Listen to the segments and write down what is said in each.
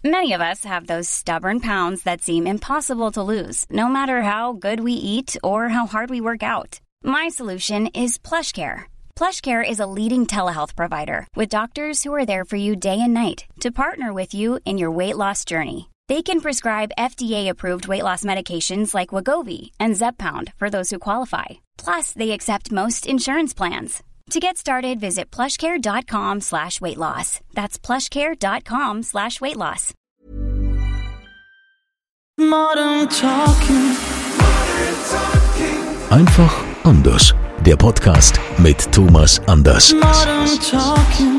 Many of us have those stubborn pounds that seem impossible to lose, no matter how good we eat or how hard we work out. My solution is PlushCare. PlushCare is a leading telehealth provider with doctors who are there for you day and night to partner with you in your weight loss journey. They can prescribe FDA-approved weight loss medications like Wegovy and Zepbound for those who qualify. Plus, they accept most insurance plans. To get started, visit plushcare.com/weightloss. That's plushcare.com/weightloss. Modern Talking. Einfach anders. Der Podcast mit Thomas Anders. Modern Talking.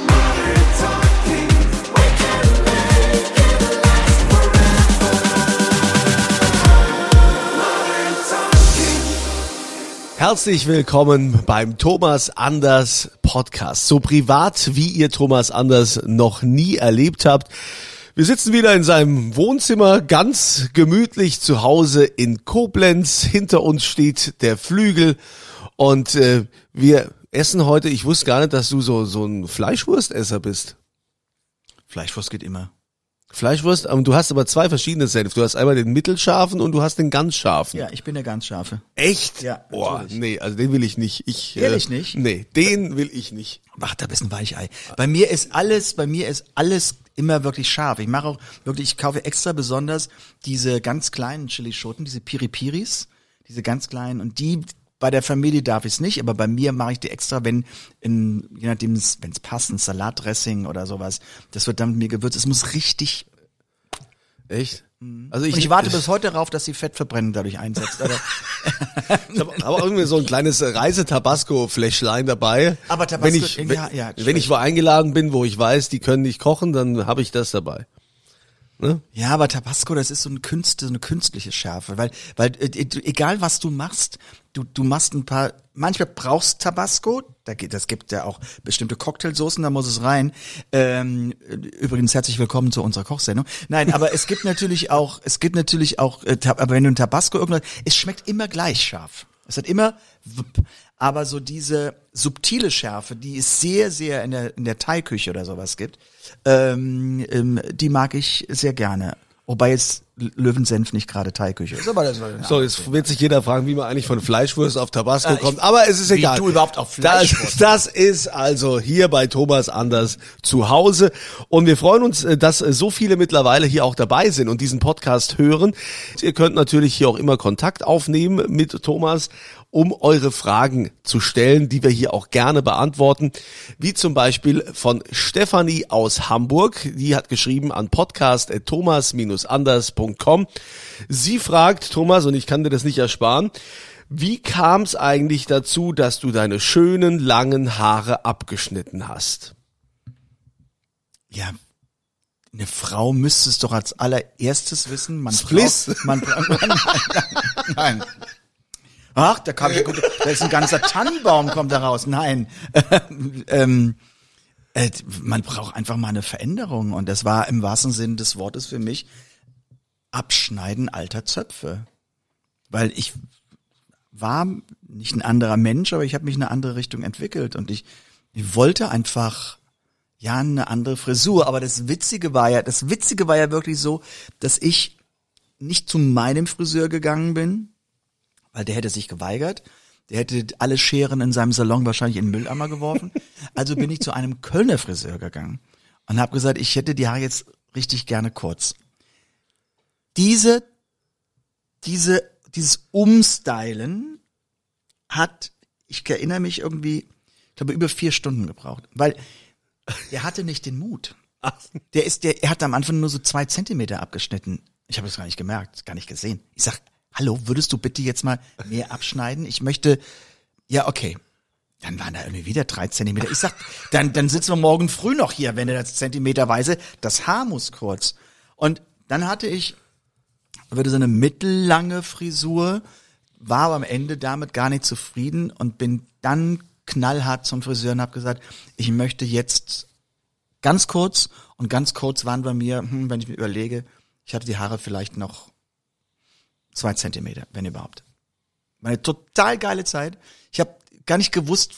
Herzlich willkommen beim Thomas Anders Podcast. So privat, wie ihr Thomas Anders noch nie erlebt habt. Wir sitzen wieder in seinem Wohnzimmer, ganz gemütlich zu Hause in Koblenz. Hinter uns steht der Flügel und wir essen heute, ich wusste gar nicht, dass du so ein Fleischwurstesser bist. Fleischwurst geht immer. Fleischwurst, du hast aber zwei verschiedene Senf. Du hast einmal den mittelscharfen und du hast den ganz scharfen. Ja, ich bin der ganz scharfe. Echt? Ja, oh, natürlich. nee, also den will ich nicht. Ehrlich nicht? Nee, den will ich nicht. Ach, da bist ein Weichei. Bei mir ist alles immer wirklich scharf. Ich kaufe extra besonders diese ganz kleinen Chilischoten, diese Piri-Piris, diese ganz kleinen, und die bei der Familie darf ich es nicht, aber bei mir mache ich die extra, je nachdem, wenn es passt, ein Salatdressing oder sowas, das wird dann mit mir gewürzt. Es muss richtig. Echt? Also ich warte bis heute darauf, dass die Fettverbrennung dadurch einsetzt. Oder? Ich habe aber irgendwie so ein kleines Reise-Tabasco-Fläschlein dabei. Aber Tabasco, wenn ich wo eingeladen bin, wo ich weiß, die können nicht kochen, dann habe ich das dabei. Ne? Ja, aber Tabasco, das ist so eine künstliche Schärfe, weil egal was du machst, du machst manchmal brauchst Tabasco, das gibt ja auch bestimmte Cocktailsoßen, da muss es rein. Übrigens herzlich willkommen zu unserer Kochsendung. Nein, aber es gibt natürlich auch, aber wenn du ein Tabasco es schmeckt immer gleich scharf. Es hat immer, aber so diese subtile Schärfe, die es sehr, sehr in der Thai-Küche oder sowas gibt, die mag ich sehr gerne. Wobei jetzt Löwensenf nicht gerade Thai-Küche ist. Aber So, jetzt wird sich jeder fragen, wie man eigentlich von Fleischwurst auf Tabasco kommt. Aber es ist egal. Wie du überhaupt auf Fleischwurst. Das ist also hier bei Thomas Anders zu Hause. Und wir freuen uns, dass so viele mittlerweile hier auch dabei sind und diesen Podcast hören. Ihr könnt natürlich hier auch immer Kontakt aufnehmen mit Thomas, um eure Fragen zu stellen, die wir hier auch gerne beantworten. Wie zum Beispiel von Stefanie aus Hamburg. Die hat geschrieben an podcast@thomas-anders.com. Sie fragt, Thomas, und ich kann dir das nicht ersparen, wie kam es eigentlich dazu, dass du deine schönen, langen Haare abgeschnitten hast? Ja, eine Frau müsste es doch als allererstes wissen. Nein. Ach, da ist ein ganzer Tannenbaum, kommt da raus. Nein. Man braucht einfach mal eine Veränderung. Und das war im wahrsten Sinne des Wortes für mich Abschneiden alter Zöpfe. Weil ich war nicht ein anderer Mensch, aber ich habe mich in eine andere Richtung entwickelt. Und ich wollte einfach, ja, eine andere Frisur. Aber das Witzige war ja wirklich so, dass ich nicht zu meinem Friseur gegangen bin, weil der hätte sich geweigert. Der hätte alle Scheren in seinem Salon wahrscheinlich in den Mülleimer geworfen. Also bin ich zu einem Kölner Friseur gegangen und habe gesagt, ich hätte die Haare jetzt richtig gerne kurz. Dieses Umstylen hat, ich erinnere mich irgendwie, ich glaube, über 4 Stunden gebraucht, weil er hatte nicht den Mut. Er hat am Anfang nur so 2 Zentimeter abgeschnitten. Ich habe das gar nicht gemerkt, gar nicht gesehen. Ich sag, hallo, würdest du bitte jetzt mal mehr abschneiden? Ich möchte, ja, okay. Dann waren da irgendwie wieder 3 Zentimeter. Ich sag, dann sitzen wir morgen früh noch hier, wenn er das zentimeterweise, das Haar muss kurz. Und dann hatte ich so eine mittellange Frisur, war aber am Ende damit gar nicht zufrieden und bin dann knallhart zum Friseur und habe gesagt, ich möchte jetzt ganz kurz, und ganz kurz waren bei mir, wenn ich mir überlege, ich hatte die Haare vielleicht noch 2 Zentimeter, wenn überhaupt. War eine total geile Zeit. Ich habe gar nicht gewusst,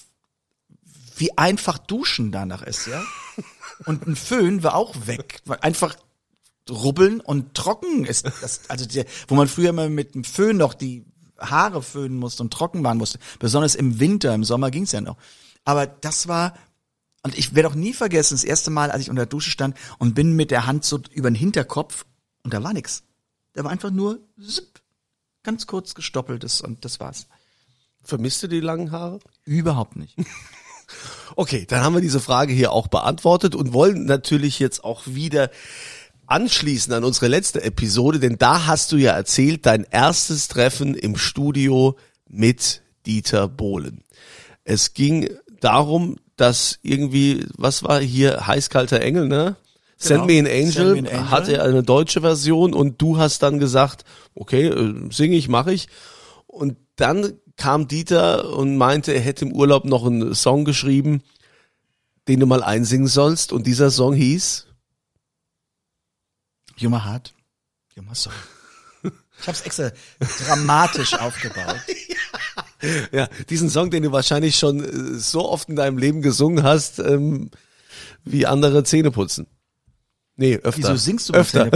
wie einfach Duschen danach ist, ja. Und ein Föhn war auch weg. Einfach rubbeln und trocken ist das, also wo man früher mal mit dem Föhn noch die Haare föhnen musste und trocken machen musste. Besonders im Winter, im Sommer ging's ja noch. Aber das war, und ich werde auch nie vergessen, das erste Mal, als ich unter der Dusche stand und bin mit der Hand so über den Hinterkopf und da war nix. Da war einfach nur zipp, ganz kurz gestoppeltes und das war's. Vermisst du die langen Haare? Überhaupt nicht. Okay, dann haben wir diese Frage hier auch beantwortet und wollen natürlich jetzt auch wieder anschließen an unsere letzte Episode, denn da hast du ja erzählt, dein erstes Treffen im Studio mit Dieter Bohlen. Es ging darum, dass irgendwie, was war hier, Heißkalter Engel, ne? Send Me an Angel, hatte eine deutsche Version und du hast dann gesagt, okay, singe ich, mache ich. Und dann kam Dieter und meinte, er hätte im Urlaub noch einen Song geschrieben, den du mal einsingen sollst. Und dieser Song hieß? You're My Heart, You're My Soul. Ich hab's extra dramatisch aufgebaut. Ja, diesen Song, den du wahrscheinlich schon so oft in deinem Leben gesungen hast, wie andere Zähne putzen. Nee, öfter. Wieso singst du öfter?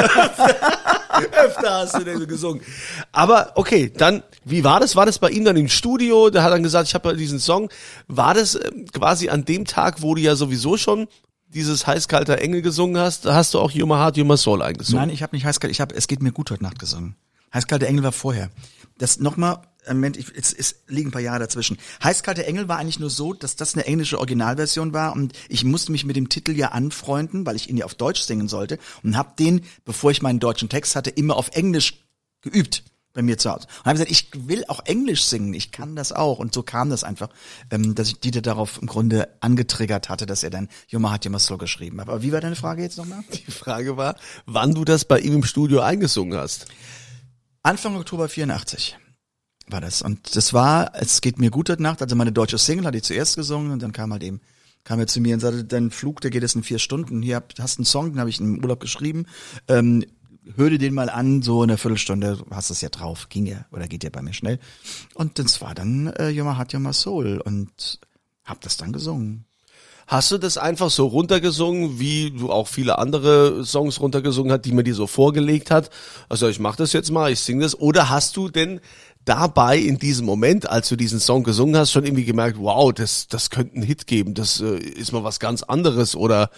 Öfter hast du den gesungen. Aber okay, dann, wie war das? War das bei ihm dann im Studio? Der hat dann gesagt, ich habe ja diesen Song. War das quasi an dem Tag, wo du ja sowieso schon dieses Heißkalter Engel gesungen hast, hast du auch You're My Heart, You're My Soul eingesungen? Nein, ich habe nicht Heißkalt, ich habe Es geht mir gut heute Nacht gesungen. Heißkalter Engel war vorher. Das nochmal, Moment, es liegen ein paar Jahre dazwischen. Heißkalter Engel war eigentlich nur so, dass das eine englische Originalversion war und ich musste mich mit dem Titel ja anfreunden, weil ich ihn ja auf Deutsch singen sollte und habe den, bevor ich meinen deutschen Text hatte, immer auf Englisch geübt bei mir zu Hause. Und habe gesagt, ich will auch Englisch singen, ich kann das auch. Und so kam das einfach, dass ich Dieter darauf im Grunde angetriggert hatte, dass er dann You're My Heart, You're My Soul geschrieben hat. Aber wie war deine Frage jetzt nochmal? Die Frage war, wann du das bei ihm im Studio eingesungen hast. Anfang Oktober 84 war das. Und das war, Es geht mir gut heute Nacht, also meine deutsche Single hatte ich zuerst gesungen und dann kam er zu mir und sagte, dein Flug, der geht jetzt in 4 Stunden. Hier hast du einen Song, den habe ich im Urlaub geschrieben. Hör dir den mal an, so in einer Viertelstunde, hast es ja drauf, ging ja, oder geht ja bei mir schnell. Und das war dann You're My Heart, You're My Soul und hab das dann gesungen. Hast du das einfach so runtergesungen, wie du auch viele andere Songs runtergesungen hast, die man dir so vorgelegt hat? Also ich mach das jetzt mal, ich singe das. Oder hast du denn dabei in diesem Moment, als du diesen Song gesungen hast, schon irgendwie gemerkt, wow, das könnte einen Hit geben, das ist mal was ganz anderes oder?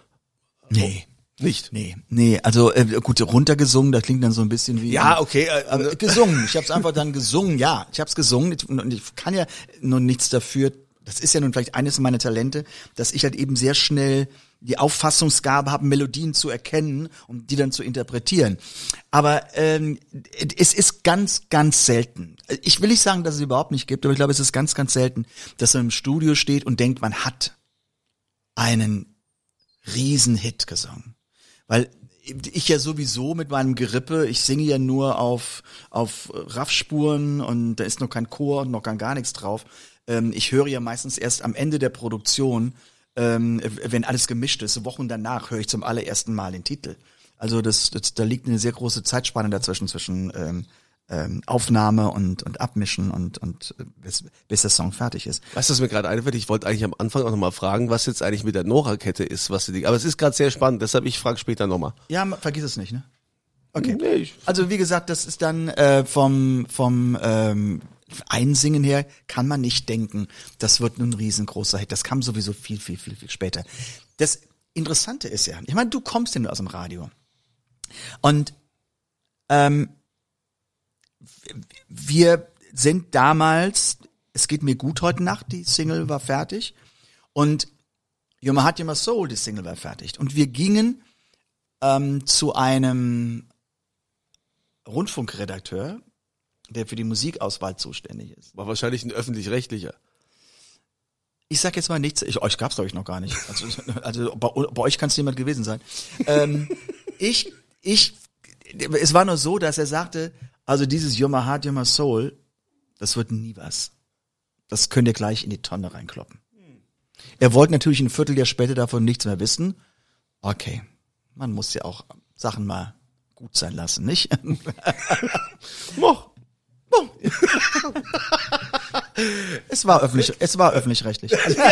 Nee. Nicht? Nee, also gut, runtergesungen, das klingt dann so ein bisschen wie... Ja, okay. Gesungen, ich hab's einfach dann gesungen, ja. Ich hab's gesungen und ich kann ja nun nichts dafür, das ist ja nun vielleicht eines meiner Talente, dass ich halt eben sehr schnell die Auffassungsgabe habe, Melodien zu erkennen und die dann zu interpretieren. Aber es ist ganz, ganz selten. Ich will nicht sagen, dass es überhaupt nicht gibt, aber ich glaube, es ist ganz, ganz selten, dass man im Studio steht und denkt, man hat einen Riesenhit gesungen. Weil ich ja sowieso mit meinem Gerippe, ich singe ja nur auf Raffspuren und da ist noch kein Chor und noch gar nichts drauf. Ich höre ja meistens erst am Ende der Produktion, wenn alles gemischt ist, Wochen danach höre ich zum allerersten Mal den Titel. Also da liegt eine sehr große Zeitspanne dazwischen, zwischen Aufnahme und Abmischen und bis der Song fertig ist. Weißt du, was mir gerade einfällt? Ich wollte eigentlich am Anfang auch nochmal fragen, was jetzt eigentlich mit der Nora-Kette ist, aber es ist gerade sehr spannend, deshalb ich frage später nochmal. Ja, vergiss es nicht, ne? Okay. Nee, also wie gesagt, das ist dann vom Einsingen her kann man nicht denken, das wird ein riesengroßer Hit. Das kam sowieso viel, viel, viel, viel später. Das Interessante ist ja, ich meine, du kommst ja nur aus dem Radio. Und wir sind damals, Es geht mir gut heute Nacht, die Single war fertig. Und You're My Heart, You're My Soul, die Single war fertig. Und wir gingen zu einem Rundfunkredakteur, der für die Musikauswahl zuständig ist. War wahrscheinlich ein öffentlich-rechtlicher. Ich sag jetzt mal nichts, euch gab's glaube ich noch gar nicht. Also bei euch kann es niemand gewesen sein. Es war nur so, dass er sagte, also dieses You're My Heart, You're My Soul, das wird nie was. Das könnt ihr gleich in die Tonne reinkloppen. Er wollte natürlich ein Vierteljahr später davon nichts mehr wissen. Okay, man muss ja auch Sachen mal gut sein lassen, nicht? Es war öffentlich-rechtlich.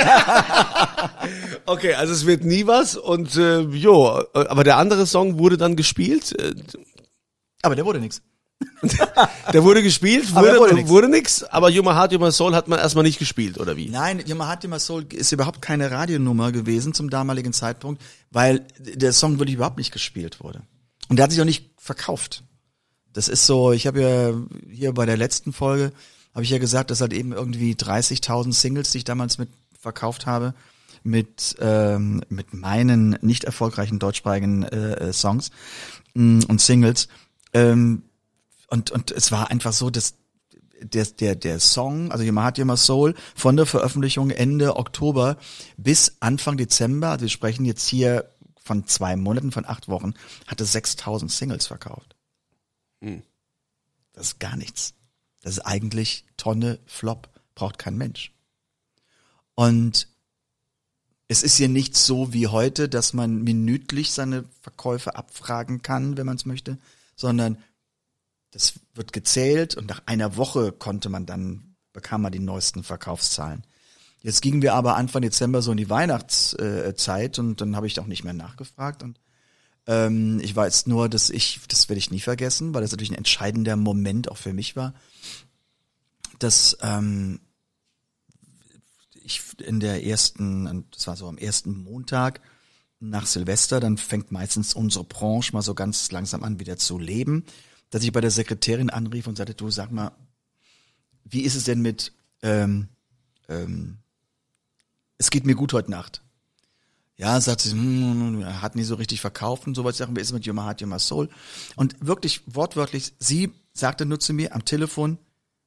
Okay, also es wird nie was und aber der andere Song wurde dann gespielt. Aber der wurde nix. Der wurde gespielt, Aber wurde nix, aber You're My Heart, You're My Soul hat man erstmal nicht gespielt, oder wie? Nein, You're My Heart, You're My Soul ist überhaupt keine Radionummer gewesen zum damaligen Zeitpunkt, weil der Song wirklich überhaupt nicht gespielt wurde. Und der hat sich auch nicht verkauft. Das ist so, ich habe ja hier bei der letzten Folge, habe ich ja gesagt, dass halt eben irgendwie 30.000 Singles, die ich damals mit verkauft habe, mit meinen nicht erfolgreichen deutschsprachigen Songs und Singles. Und es war einfach so, dass der Song, also You're My Heart, You're My Soul, von der Veröffentlichung Ende Oktober bis Anfang Dezember, also wir sprechen jetzt hier von 2 Monaten, von 8 Wochen, hatte 6.000 Singles verkauft. Das ist gar nichts. Das ist eigentlich Tonne Flop, braucht kein Mensch. Und es ist ja nicht so wie heute, dass man minütlich seine Verkäufe abfragen kann, wenn man es möchte, sondern das wird gezählt und nach einer Woche bekam man die neuesten Verkaufszahlen. Jetzt gingen wir aber Anfang Dezember so in die Weihnachtszeit und dann habe ich auch nicht mehr nachgefragt und ich weiß nur, das werde ich nie vergessen, weil das natürlich ein entscheidender Moment auch für mich war, dass ich das war so am ersten Montag nach Silvester, dann fängt meistens unsere Branche mal so ganz langsam an wieder zu leben, dass ich bei der Sekretärin anrief und sagte, du sag mal, wie ist es denn mit es geht mir gut heute Nacht. Ja, sagt sie, hat nicht so richtig verkauft und sowas. Sagen wir, ist mit You're My Heart, You're My Soul. Und wirklich, wortwörtlich, sie sagte nur zu mir am Telefon,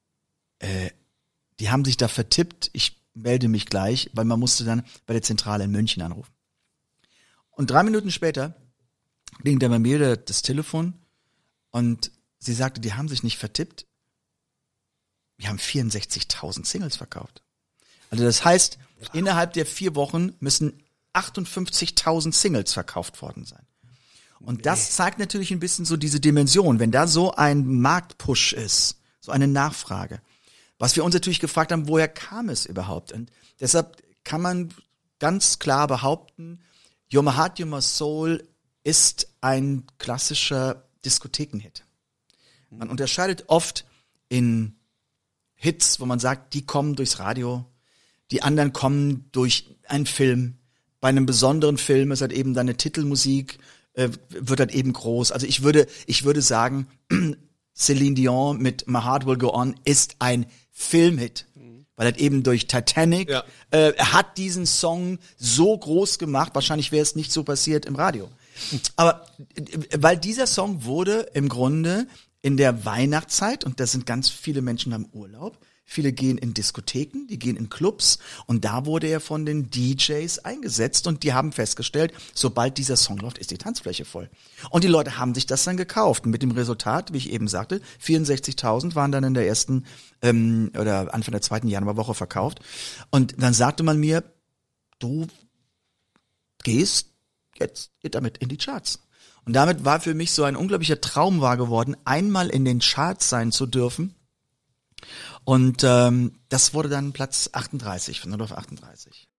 die haben sich da vertippt, ich melde mich gleich, weil man musste dann bei der Zentrale in München anrufen. Und 3 Minuten später klingte bei mir das Telefon und sie sagte, die haben sich nicht vertippt. Wir haben 64.000 Singles verkauft. Also das heißt, innerhalb der 4 Wochen müssen 58.000 Singles verkauft worden sein. Und das zeigt natürlich ein bisschen so diese Dimension, wenn da so ein Marktpush ist, so eine Nachfrage. Was wir uns natürlich gefragt haben, woher kam es überhaupt? Und deshalb kann man ganz klar behaupten, You're My Heart, You're My Soul ist ein klassischer Diskothekenhit. Man unterscheidet oft in Hits, wo man sagt, die kommen durchs Radio, die anderen kommen durch einen Film. Bei einem besonderen Film ist halt eben deine Titelmusik, wird halt eben groß. Also ich würde sagen, Celine Dion mit My Heart Will Go On ist ein Filmhit. Weil halt eben durch Titanic, hat diesen Song so groß gemacht, wahrscheinlich wäre es nicht so passiert im Radio. Aber weil dieser Song wurde im Grunde in der Weihnachtszeit, und da sind ganz viele Menschen am Urlaub, viele gehen in Diskotheken, die gehen in Clubs und da wurde er von den DJs eingesetzt und die haben festgestellt, sobald dieser Song läuft, ist die Tanzfläche voll. Und die Leute haben sich das dann gekauft und mit dem Resultat, wie ich eben sagte, 64.000 waren dann in der ersten oder Anfang der 2. Januarwoche verkauft und dann sagte man mir, du gehst jetzt damit in die Charts. Und damit war für mich so ein unglaublicher Traum wahr geworden, einmal in den Charts sein zu dürfen. Und das wurde dann Platz 38, von 0 auf 38.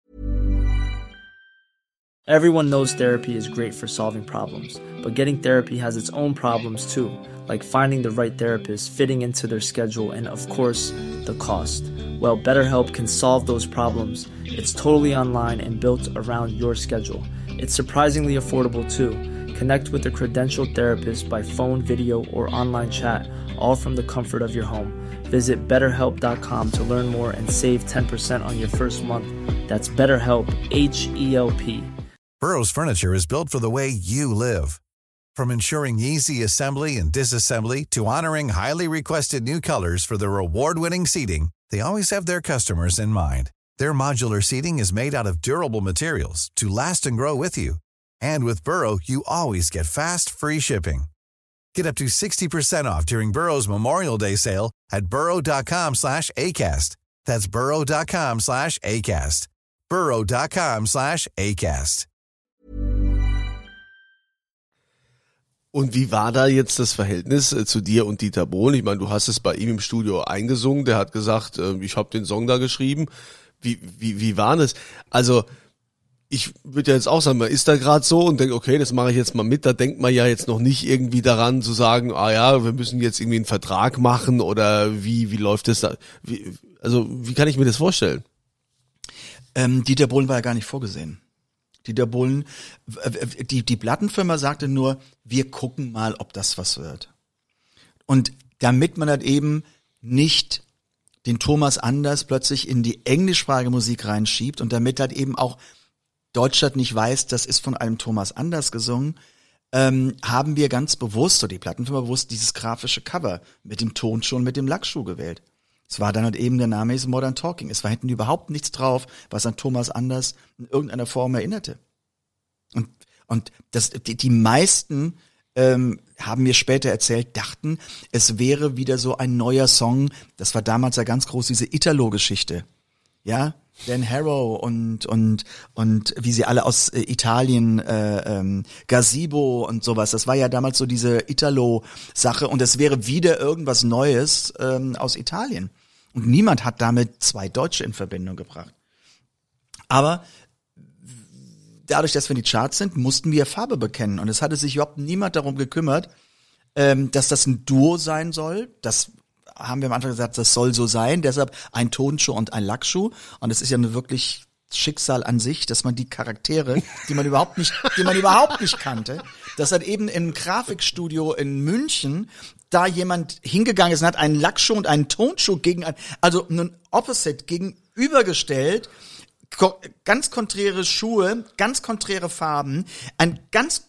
Everyone knows therapy is great for solving problems, but getting therapy has its own problems too, like finding the right therapist, fitting into their schedule, and of course, the cost. Well, BetterHelp can solve those problems. It's totally online and built around your schedule. It's surprisingly affordable too. Connect with a credentialed therapist by phone, video, or online chat, all from the comfort of your home. Visit BetterHelp.com to learn more and save 10% on your first month. That's BetterHelp, H-E-L-P. Burrow's furniture is built for the way you live. From ensuring easy assembly and disassembly to honoring highly requested new colors for their award-winning seating, they always have their customers in mind. Their modular seating is made out of durable materials to last and grow with you. And with Burrow, you always get fast, free shipping. Get up to 60% off during Burrow's Memorial Day sale at burrow.com/ACAST. That's burrow.com/ACAST. burrow.com/ACAST. Und wie war da jetzt das Verhältnis zu dir und Dieter Bohlen? Ich meine, du hast es bei ihm im Studio eingesungen, der hat gesagt, ich habe den Song da geschrieben. Wie war das? Also ich würde ja jetzt auch sagen, man ist da gerade so und denkt, okay, das mache ich jetzt mal mit. Da denkt man ja jetzt noch nicht irgendwie daran zu sagen, wir müssen jetzt irgendwie einen Vertrag machen oder wie läuft das da? Wie kann ich mir das vorstellen? Dieter Bohlen war ja gar nicht vorgesehen. Dieter Bohlen, die Plattenfirma sagte nur, wir gucken mal, ob das was wird. Und damit man halt eben nicht den Thomas Anders plötzlich in die englischsprachige Musik reinschiebt und damit halt eben auch Deutschland nicht weiß, das ist von einem Thomas Anders gesungen, haben wir ganz bewusst, oder die Plattenfirma bewusst, dieses grafische Cover mit dem Tonschuh und mit dem Lackschuh gewählt. Es war dann halt eben, der Name ist Modern Talking. Es war hinten überhaupt nichts drauf, was an Thomas Anders in irgendeiner Form erinnerte. Und die meisten haben mir später erzählt, dachten, es wäre wieder so ein neuer Song. Das war damals ja ganz groß, diese Italo-Geschichte. Ja, Dan Harrow und wie sie alle aus Italien, Gazebo und sowas. Das war ja damals so diese Italo-Sache und es wäre wieder irgendwas Neues aus Italien. Und niemand hat damit zwei Deutsche in Verbindung gebracht. Aber dadurch, dass wir in die Charts sind, mussten wir Farbe bekennen. Und es hatte sich überhaupt niemand darum gekümmert, dass das ein Duo sein soll. Das haben wir am Anfang gesagt, das soll so sein. Deshalb ein Tonschuh und ein Lackschuh. Und es ist ja eine wirklich Schicksal an sich, dass man die Charaktere, die man überhaupt nicht kannte, dass halt eben im Grafikstudio in München da jemand hingegangen ist und hat einen Lackschuh und einen Tonschuh also einen Opposite gegenübergestellt, ganz konträre Schuhe, ganz konträre Farben, ein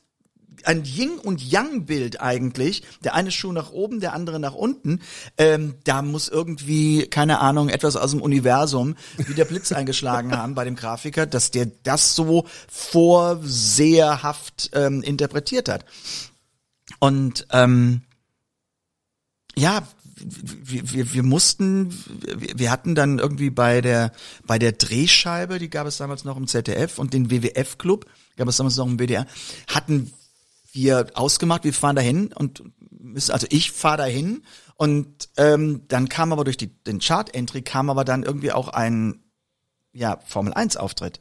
Yin und Yang Bild eigentlich, der eine Schuh nach oben, der andere nach unten, da muss irgendwie, keine Ahnung, etwas aus dem Universum wie der Blitz eingeschlagen haben bei dem Grafiker, dass der das so vorseherhaft interpretiert hat. Und wir hatten dann irgendwie bei der Drehscheibe, die gab es damals noch im ZDF und den WWF-Club, gab es damals noch im WDR, hatten wir ausgemacht, wir fahren dahin ich fahre dahin und dann kam aber durch den Chart-Entry kam aber dann irgendwie auch ein Formel-1-Auftritt.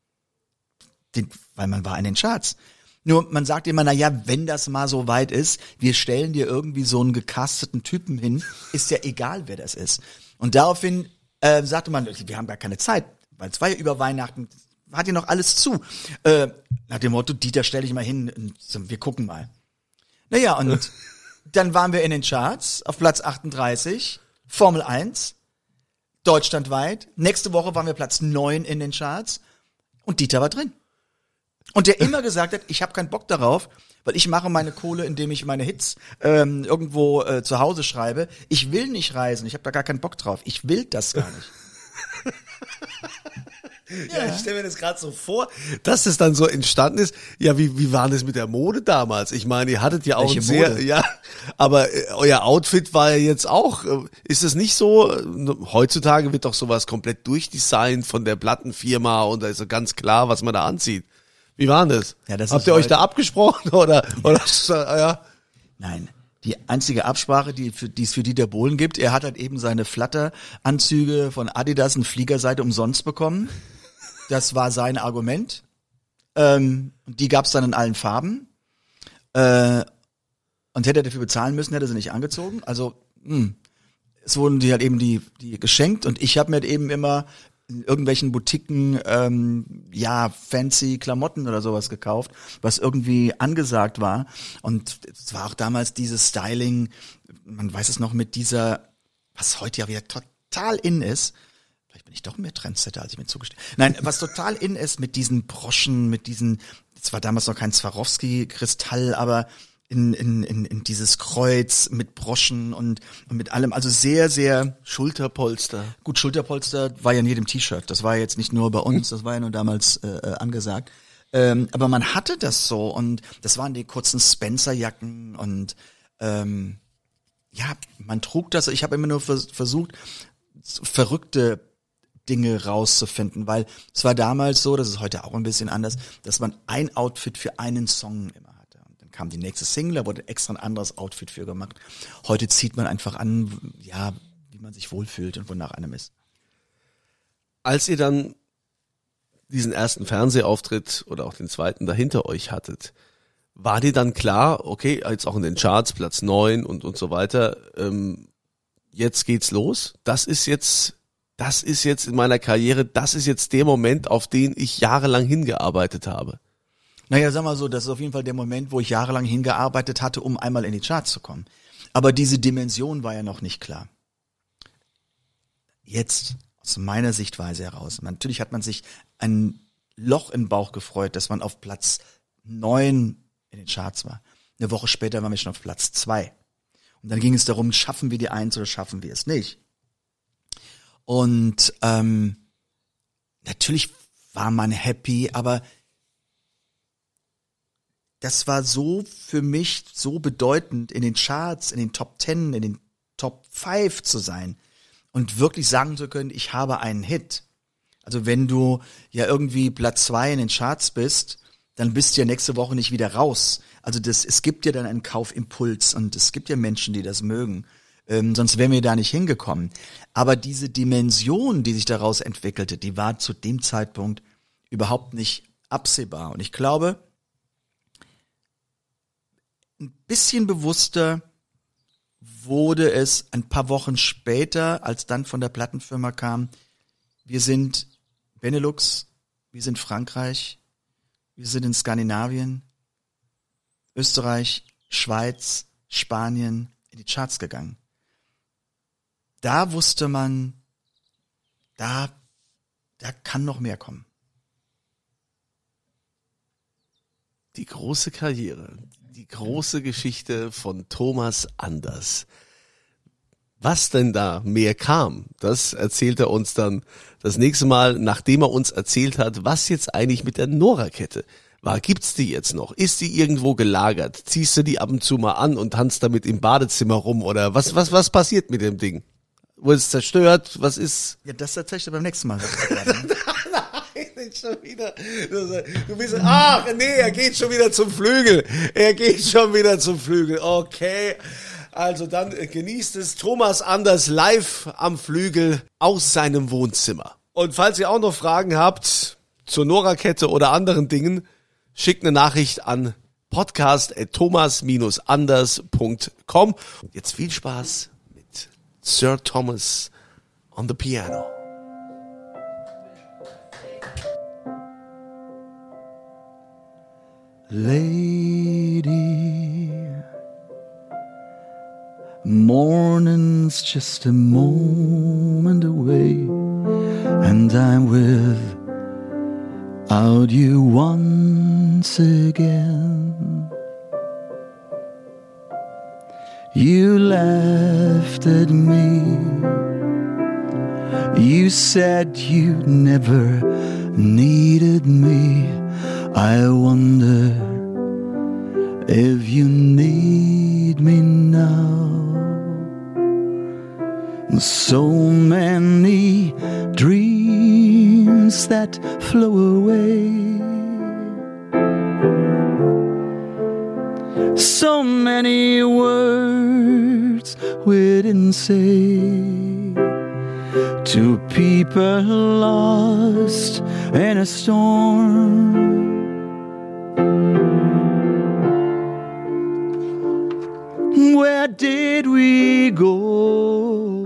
Weil man war in den Charts. Nur man sagt immer, wenn das mal so weit ist, wir stellen dir irgendwie so einen gecasteten Typen hin, ist ja egal, wer das ist. Und daraufhin sagte man, wir haben gar keine Zeit, weil es war ja über Weihnachten, hat ja noch alles zu. Nach dem Motto, Dieter, stell dich mal hin, und wir gucken mal. Naja, und dann waren wir in den Charts, auf Platz 38, Formel 1, deutschlandweit. Nächste Woche waren wir Platz 9 in den Charts und Dieter war drin. Und der immer gesagt hat, ich habe keinen Bock darauf, weil ich mache meine Kohle, indem ich meine Hits irgendwo zu Hause schreibe. Ich will nicht reisen, ich habe da gar keinen Bock drauf. Ich will das gar nicht. Ja, ich stelle mir das gerade so vor, dass es dann so entstanden ist. Ja, wie war das mit der Mode damals? Ich meine, ihr hattet ja auch aber euer Outfit war ja jetzt auch, ist es nicht so, heutzutage wird doch sowas komplett durchdesignt von der Plattenfirma und da ist so ganz klar, was man da anzieht. Wie war das? Ja, habt ihr euch da abgesprochen oder ja? Nein. Die einzige Absprache, die es für Dieter Bohlen gibt, er hat halt eben seine Flutter-Anzüge von Adidas und Fliegerseite umsonst bekommen. Das war sein Argument. Die gab's dann in allen Farben. Und hätte er dafür bezahlen müssen, hätte er sie nicht angezogen. Also, es wurden die halt eben die geschenkt und ich habe mir halt eben immer in irgendwelchen Boutiquen fancy Klamotten oder sowas gekauft, was irgendwie angesagt war. Und es war auch damals dieses Styling, man weiß es noch, mit dieser, was heute ja wieder total in ist. Vielleicht bin ich doch mehr Trendsetter, als ich mir zugestehe. Nein, was total in ist mit diesen Broschen, es war damals noch kein Swarovski-Kristall, aber in dieses Kreuz mit Broschen und mit allem, also sehr, sehr Schulterpolster. Gut, Schulterpolster war ja in jedem T-Shirt. Das war jetzt nicht nur bei uns, das war ja nur damals angesagt. Aber man hatte das so und das waren die kurzen Spencer-Jacken und man trug das. Ich habe immer nur versucht, verrückte Dinge rauszufinden, weil es war damals so, das ist heute auch ein bisschen anders, dass man ein Outfit für einen Song immer hatte. Und dann kam die nächste Single, da wurde extra ein anderes Outfit für gemacht. Heute zieht man einfach an, ja, wie man sich wohlfühlt und wonach einem ist. Als ihr dann diesen ersten Fernsehauftritt oder auch den zweiten dahinter euch hattet, war dir dann klar, okay, jetzt auch in den Charts, Platz 9 und so weiter, jetzt geht's los? Das ist jetzt in meiner Karriere, das ist jetzt der Moment, auf den ich jahrelang hingearbeitet habe. Naja, sag mal so, das ist auf jeden Fall der Moment, wo ich jahrelang hingearbeitet hatte, um einmal in die Charts zu kommen. Aber diese Dimension war ja noch nicht klar. Jetzt, aus meiner Sichtweise heraus, natürlich hat man sich ein Loch im Bauch gefreut, dass man auf Platz 9 in den Charts war. Eine Woche später waren wir schon auf Platz 2. Und dann ging es darum, schaffen wir die 1 oder schaffen wir es nicht? Und natürlich war man happy, aber das war so für mich so bedeutend, in den Charts, in den Top 10, in den Top 5 zu sein und wirklich sagen zu können, ich habe einen Hit. Also wenn du ja irgendwie Platz 2 in den Charts bist, dann bist du ja nächste Woche nicht wieder raus. Also es gibt ja dann einen Kaufimpuls und es gibt ja Menschen, die das mögen. Sonst wären wir da nicht hingekommen. Aber diese Dimension, die sich daraus entwickelte, die war zu dem Zeitpunkt überhaupt nicht absehbar. Und ich glaube, ein bisschen bewusster wurde es ein paar Wochen später, als dann von der Plattenfirma kam, wir sind Benelux, wir sind Frankreich, wir sind in Skandinavien, Österreich, Schweiz, Spanien in die Charts gegangen. Da wusste man, da kann noch mehr kommen. Die große Karriere, die große Geschichte von Thomas Anders. Was denn da mehr kam, das erzählt er uns dann das nächste Mal, nachdem er uns erzählt hat, was jetzt eigentlich mit der Nora-Kette war. Gibt's die jetzt noch? Ist die irgendwo gelagert? Ziehst du die ab und zu mal an und tanzt damit im Badezimmer rum? Oder was passiert mit dem Ding? Wurde es zerstört? Was ist? Ja, das erzähl ich dir beim nächsten Mal. Nein, schon wieder. Du bist, ach nee, er geht schon wieder zum Flügel. Okay. Also dann genießt es Thomas Anders live am Flügel aus seinem Wohnzimmer. Und falls ihr auch noch Fragen habt zur Nora-Kette oder anderen Dingen, schickt eine Nachricht an podcast@thomas-anders.com. Jetzt viel Spaß mit Sir Thomas on the piano. Lady, morning's just a moment away, and I'm without you once again. You laughed at me, you said you never needed me. I wonder if you need me now. So many dreams that flow away, so many words we didn't say to people lost in a storm. Where did we go?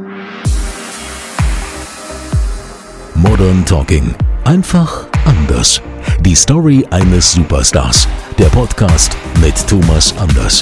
Modern Talking. Einfach anders. Die Story eines Superstars. Der Podcast mit Thomas Anders.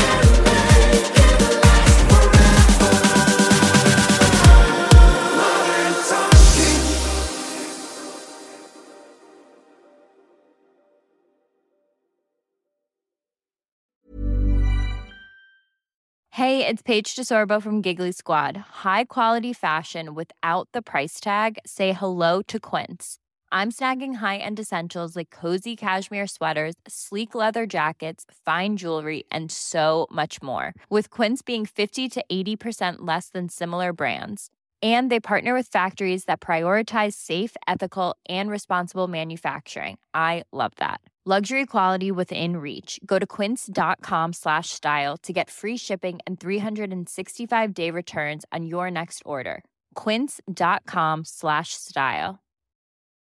Hey, it's Paige DeSorbo from Giggly Squad. High quality fashion without the price tag. Say hello to Quince. I'm snagging high-end essentials like cozy cashmere sweaters, sleek leather jackets, fine jewelry, and so much more. With Quince being 50 to 80% less than similar brands. And they partner with factories that prioritize safe, ethical, and responsible manufacturing. I love that. Luxury quality within reach. Go to quince.com/style to get free shipping and 365-day returns on your next order. Quince.com/style.